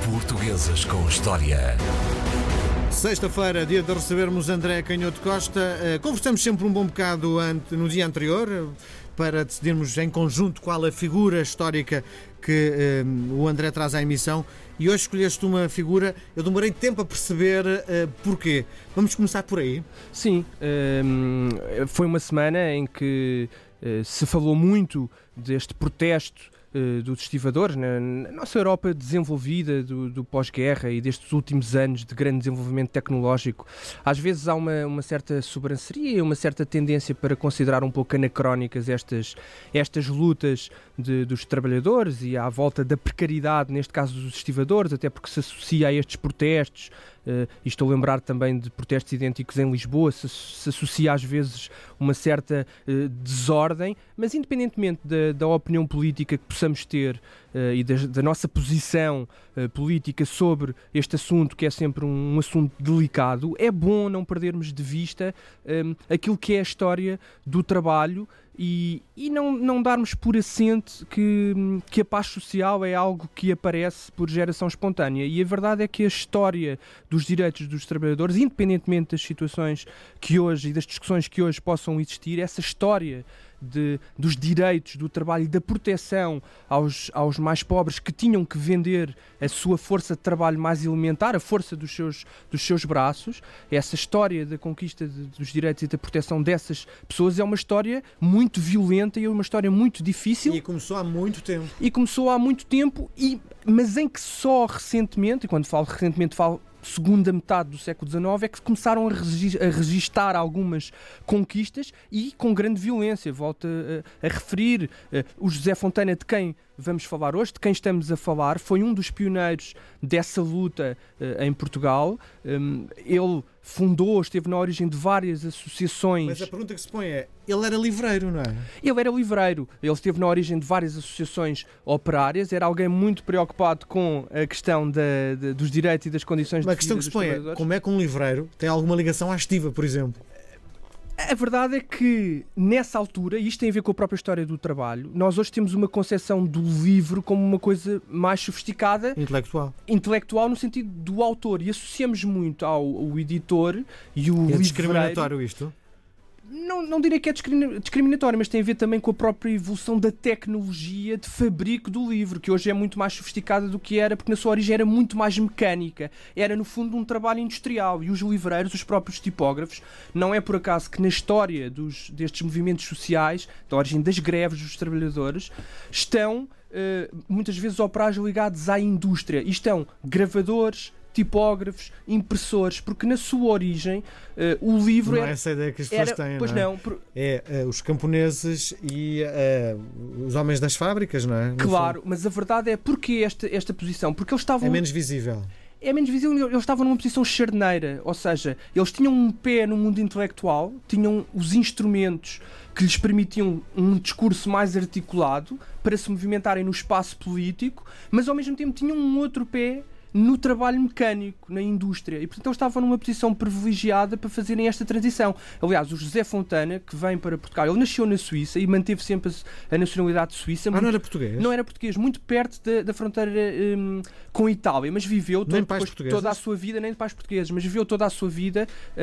Portuguesas com História. Sexta-feira, dia de recebermos André Canhoto Costa. Conversamos sempre um bom bocado no dia anterior para decidirmos em conjunto qual a figura histórica que o André traz à emissão. E hoje escolheste uma figura, eu demorei tempo a perceber porquê. Vamos começar por aí? Sim, foi uma semana em que se falou muito deste protesto dos estivadores na nossa Europa desenvolvida do pós-guerra e destes últimos anos de grande desenvolvimento tecnológico. Às vezes há uma certa sobranceria, uma certa tendência para considerar um pouco anacrónicas estas lutas dos trabalhadores e à volta da precariedade, neste caso dos estivadores, até porque se associa a estes protestos, e estou a lembrar também de protestos idênticos em Lisboa, se associa às vezes uma certa desordem, mas independentemente da opinião política que possamos ter e da nossa posição política sobre este assunto, que é sempre um assunto delicado, é bom não perdermos de vista aquilo que é a história do trabalho e não darmos por assente que a paz social é algo que aparece por geração espontânea. E a verdade é que a história dos direitos dos trabalhadores, independentemente das situações que hoje e das discussões que hoje possam existir, essa história dos direitos do trabalho e da proteção aos mais pobres que tinham que vender a sua força de trabalho mais elementar, a força dos seus braços, essa história da conquista dos direitos e da proteção dessas pessoas é uma história muito violenta e é uma história muito difícil. E começou há muito tempo. Mas em que só recentemente, e quando falo recentemente falo segunda metade do século XIX, é que começaram a registar algumas conquistas e com grande violência. Volto a referir o José Fontana, de quem vamos falar hoje, de quem estamos a falar, foi um dos pioneiros dessa luta em Portugal. Ele esteve na origem de várias associações. Mas a pergunta que se põe é, ele era livreiro, não é? Ele era livreiro, ele esteve na origem de várias associações operárias, era alguém muito preocupado com a questão dos direitos e das condições de vida dos trabalhadores. Mas a questão que se põe é, como é que um livreiro tem alguma ligação à estiva, por exemplo? A verdade é que, nessa altura, e isto tem a ver com a própria história do trabalho, nós hoje temos uma concepção do livro como uma coisa mais sofisticada. Intelectual no sentido do autor. E associamos muito ao editor e o livreiro. É discriminatório isto? Não direi que é discriminatório, mas tem a ver também com a própria evolução da tecnologia de fabrico do livro, que hoje é muito mais sofisticada do que era, porque na sua origem era muito mais mecânica. Era, no fundo, um trabalho industrial. E os livreiros, os próprios tipógrafos, não é por acaso que na história destes movimentos sociais, da origem das greves dos trabalhadores, estão muitas vezes operários ligados à indústria. E estão gravadores, tipógrafos, impressores, porque na sua origem o livro não é essa ideia que as pessoas têm, pois não é? Os camponeses e os homens das fábricas, não é? Claro, mas a verdade é porque esta posição, porque eles estavam... É menos visível. Eles estavam numa posição charneira, ou seja, eles tinham um pé no mundo intelectual, tinham os instrumentos que lhes permitiam um discurso mais articulado para se movimentarem no espaço político, mas ao mesmo tempo tinham um outro pé no trabalho mecânico, na indústria. E, portanto, eles estavam numa posição privilegiada para fazerem esta transição. Aliás, o José Fontana, que vem para Portugal, ele nasceu na Suíça e manteve sempre a nacionalidade suíça. Não era português? Não era português, muito perto da fronteira com a Itália, mas viveu toda a sua vida, nem de pais portugueses, mas viveu toda a sua vida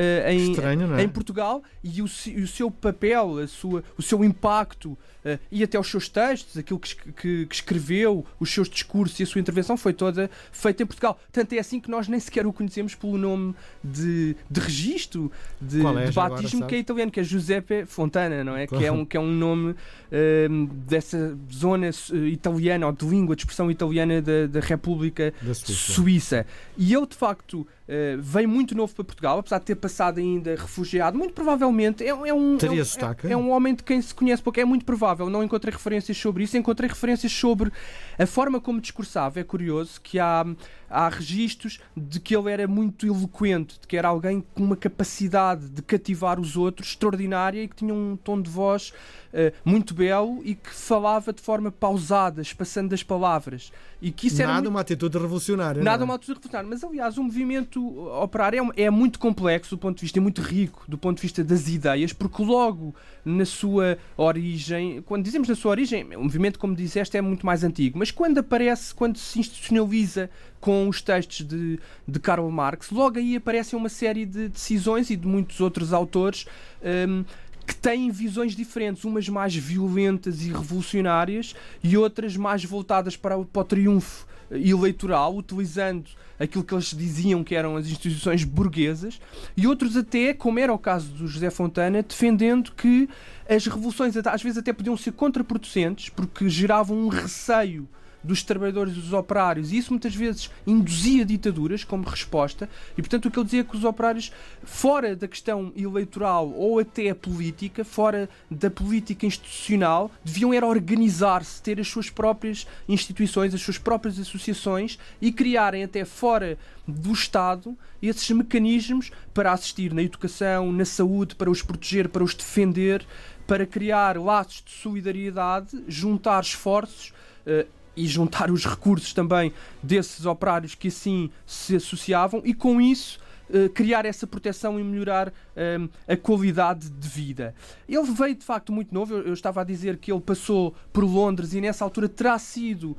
em Portugal, e o seu papel, o seu impacto e até os seus textos, aquilo que escreveu, os seus discursos e a sua intervenção foi toda feita em Portugal. Tanto é assim que nós nem sequer o conhecemos pelo nome de registro de batismo, que é italiano, que é Giuseppe Fontana, não é? Claro. Que é um nome dessa zona italiana, ou de língua, de expressão italiana da República da Suíça. E ele, de facto, veio muito novo para Portugal, apesar de ter passado ainda refugiado. Muito provavelmente é um homem de quem se conhece pouco. É muito provável. Não encontrei referências sobre isso. Encontrei referências sobre a forma como discursava. É curioso que há registros de que ele era muito eloquente, de que era alguém com uma capacidade de cativar os outros extraordinária e que tinha um tom de voz muito belo e que falava de forma pausada, espaçando as palavras. E que isso uma atitude revolucionária. Uma atitude revolucionária. Mas, aliás, o movimento movimento operário é muito complexo do ponto de vista, é muito rico do ponto de vista das ideias, porque logo na sua origem, quando dizemos na sua origem, o movimento, como disseste, é muito mais antigo, mas quando se institucionaliza com os textos de Karl Marx, logo aí aparecem uma série de decisões e de muitos outros autores que têm visões diferentes, umas mais violentas e revolucionárias e outras mais voltadas para o triunfo eleitoral, utilizando aquilo que eles diziam que eram as instituições burguesas, e outros até, como era o caso do José Fontana, defendendo que as revoluções às vezes até podiam ser contraproducentes, porque geravam um receio dos trabalhadores e dos operários, e isso muitas vezes induzia ditaduras como resposta, e portanto o que ele dizia é que os operários, fora da questão eleitoral ou até política, fora da política institucional, deviam era organizar-se, ter as suas próprias instituições, as suas próprias associações e criarem até fora do Estado esses mecanismos para assistir na educação, na saúde, para os proteger, para os defender, para criar laços de solidariedade, juntar esforços e juntar os recursos também desses operários que assim se associavam e com isso criar essa proteção e melhorar a qualidade de vida. Ele veio de facto muito novo, eu estava a dizer que ele passou por Londres e nessa altura terá sido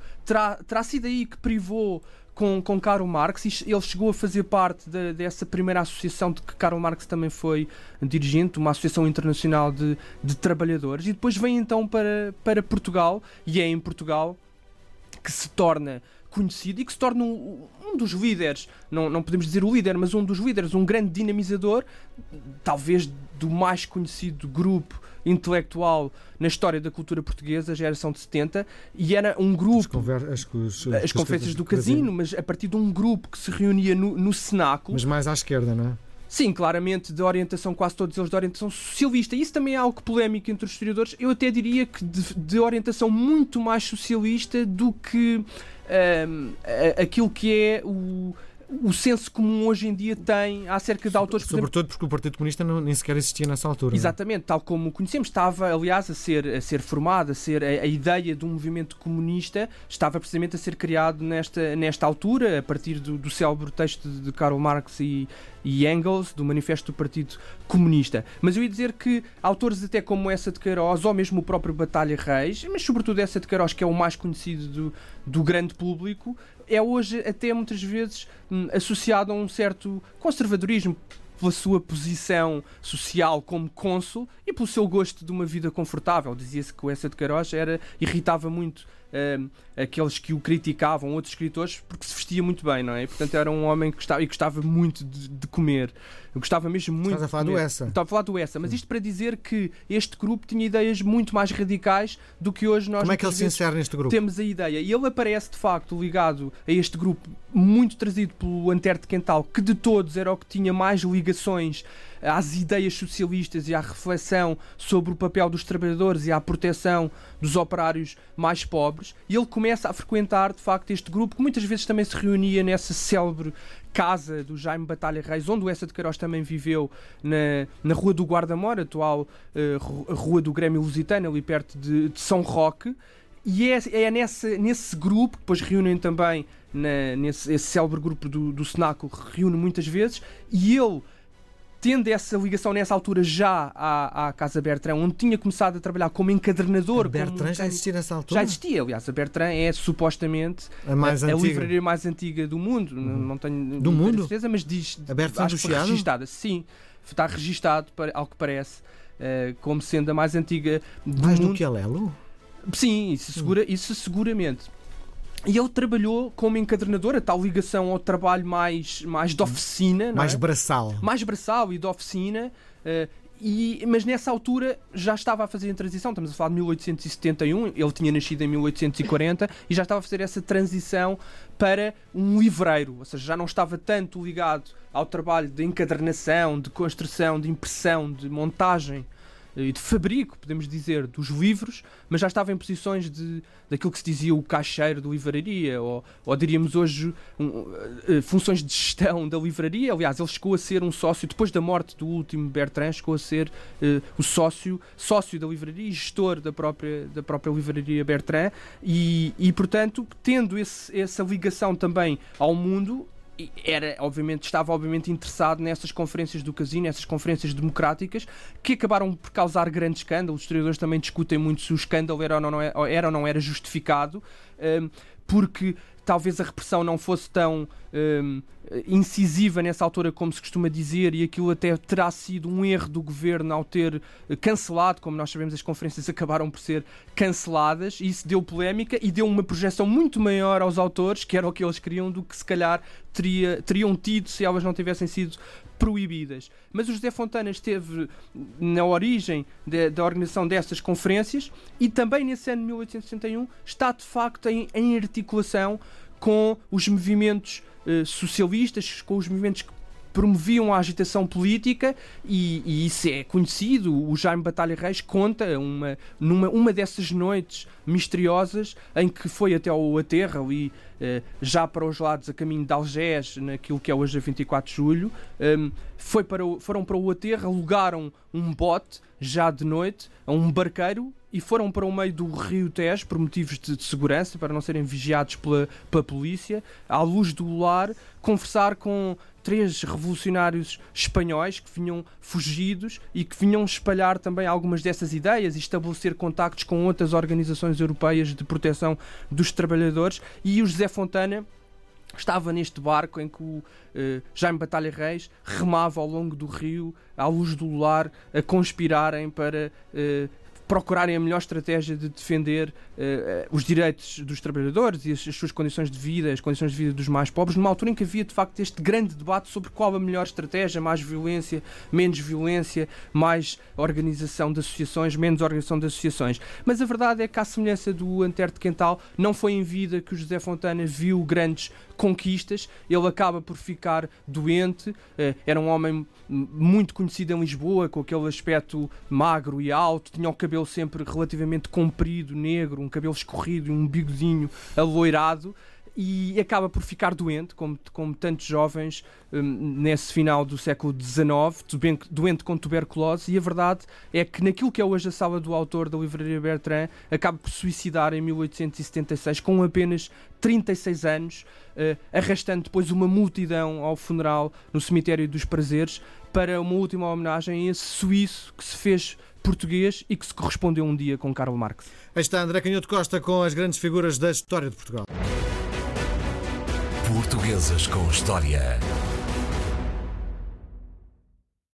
aí que privou com Karl Marx. Ele chegou a fazer parte dessa primeira associação de que Karl Marx também foi dirigente, uma associação internacional de trabalhadores, e depois vem então para Portugal, e é em Portugal que se torna conhecido e que se torna um dos líderes, não podemos dizer o líder, mas um dos líderes, um grande dinamizador, talvez do mais conhecido grupo intelectual na história da cultura portuguesa, a geração de 70, e era um grupo, as conferências do Casino, mas a partir de um grupo que se reunia no cenáculo. Mas mais à esquerda, não é? Sim, claramente de orientação, quase todos eles de orientação socialista. Isso também é algo polémico entre os historiadores. Eu até diria que de orientação muito mais socialista do que aquilo que é o senso comum hoje em dia tem acerca de autores... Sobretudo porque o Partido Comunista nem sequer existia nessa altura. Exatamente, tal como o conhecemos. Estava, aliás, a ser formado, a ideia do movimento comunista estava precisamente a ser criado nesta altura, a partir do célebre texto de Karl Marx e Engels, do Manifesto do Partido Comunista. Mas eu ia dizer que autores até como essa de Queiroz, ou mesmo o próprio Batalha Reis, mas sobretudo essa de Queiroz, que é o mais conhecido do grande público, é hoje até muitas vezes associado a um certo conservadorismo pela sua posição social como cônsul e pelo seu gosto de uma vida confortável. Dizia-se que o Eça de Queiroz irritava muito aqueles que o criticavam, outros escritores, porque se vestia muito bem, não é? E, portanto, era um homem que gostava muito de comer. Eu gostava mesmo muito. Estás a falar do Eça. Estava a falar do Eça, mas isto para dizer que este grupo tinha ideias muito mais radicais do que hoje nós. Como é que ele se insere neste grupo? Temos a ideia. E ele aparece, de facto, ligado a este grupo, muito trazido pelo Antero de Quental, que de todos era o que tinha mais ligações às ideias socialistas e à reflexão sobre o papel dos trabalhadores e à proteção dos operários mais pobres. E ele começa a frequentar, de facto, este grupo, que muitas vezes também se reunia nessa célebre casa do Jaime Batalha Reis, onde o Eça de Queiroz também viveu, na Rua do Guarda-Mor, atual Rua do Grêmio Lusitano, ali perto de São Roque. E é nesse grupo, que depois reúnem também, esse célebre grupo do Cenáculo, reúne muitas vezes, e ele, tendo essa ligação nessa altura já à Casa Bertrand, onde tinha começado a trabalhar como encadernador. A Bertrand já existia nessa altura? Já existia, aliás. A Bertrand é supostamente a livraria mais antiga do mundo. Não tenho do mundo? certeza, mas diz... A Bertrand do Chiado? Registada, sim. Está registado, ao que parece, como sendo a mais antiga do mais mundo. Do que a Lelo? Sim, isso seguramente. E ele trabalhou como encadernador, a tal ligação ao trabalho mais de oficina. Mais braçal. Mais braçal e de oficina. Mas nessa altura já estava a fazer a transição. Estamos a falar de 1871. Ele tinha nascido em 1840 e já estava a fazer essa transição para um livreiro. Ou seja, já não estava tanto ligado ao trabalho de encadernação, de construção, de impressão, de montagem e de fabrico, podemos dizer, dos livros, mas já estava em posições daquilo que se dizia o caixeiro de livraria, ou diríamos hoje funções de gestão da livraria. Aliás, ele chegou a ser um sócio, depois da morte do último Bertrand, chegou a ser o sócio da livraria e gestor da própria livraria Bertrand, e portanto, tendo essa ligação também ao mundo, estava obviamente interessado nessas conferências do Casino, essas conferências democráticas, que acabaram por causar grande escândalo. Os historiadores também discutem muito se o escândalo era ou não era justificado, porque talvez a repressão não fosse tão incisiva nessa altura como se costuma dizer, e aquilo até terá sido um erro do governo ao ter cancelado. Como nós sabemos, as conferências acabaram por ser canceladas, e isso deu polémica e deu uma projeção muito maior aos autores, que era o que eles queriam, do que se calhar teriam tido se elas não tivessem sido proibidas. Mas o José Fontana esteve na origem da organização dessas conferências, e também nesse ano de 1861 está de facto em articulação com os movimentos socialistas, com os movimentos que promoviam a agitação política, e isso é conhecido. O Jaime Batalha Reis conta numa dessas noites misteriosas em que foi até o Aterro, ali já para os lados a caminho de Algés, naquilo que é hoje a 24 de Julho, foram para o Aterro, alugaram um bote já de noite a um barqueiro e foram para o meio do Rio Tejo por motivos de segurança, para não serem vigiados pela polícia, à luz do luar, conversar com 3 revolucionários espanhóis que vinham fugidos e que vinham espalhar também algumas dessas ideias e estabelecer contactos com outras organizações europeias de proteção dos trabalhadores. E o José Fontana estava neste barco em que o Jaime Batalha Reis remava ao longo do rio, à luz do luar, a conspirarem para procurarem a melhor estratégia de defender os direitos dos trabalhadores e as suas condições de vida, as condições de vida dos mais pobres, numa altura em que havia de facto este grande debate sobre qual a melhor estratégia: mais violência, menos violência, mais organização de associações, menos organização de associações. Mas a verdade é que, à semelhança do Antero de Quental, não foi em vida que o José Fontana viu grandes conquistas. Ele acaba por ficar doente, era um homem muito conhecido em Lisboa, com aquele aspecto magro e alto, tinha o cabelo sempre relativamente comprido, negro, um cabelo escorrido e um bigodinho aloirado, e acaba por ficar doente, como tantos jovens nesse final do século XIX, doente com tuberculose. E a verdade é que naquilo que é hoje a sala do autor da Livraria Bertrand, acaba por suicidar em 1876 com apenas 36 anos, arrastando depois uma multidão ao funeral no Cemitério dos Prazeres, para uma última homenagem a esse suíço que se fez português e que se correspondeu um dia com Karl Marx. Aí está André Canhoto Costa com as grandes figuras da história de Portugal. Portuguesas com História.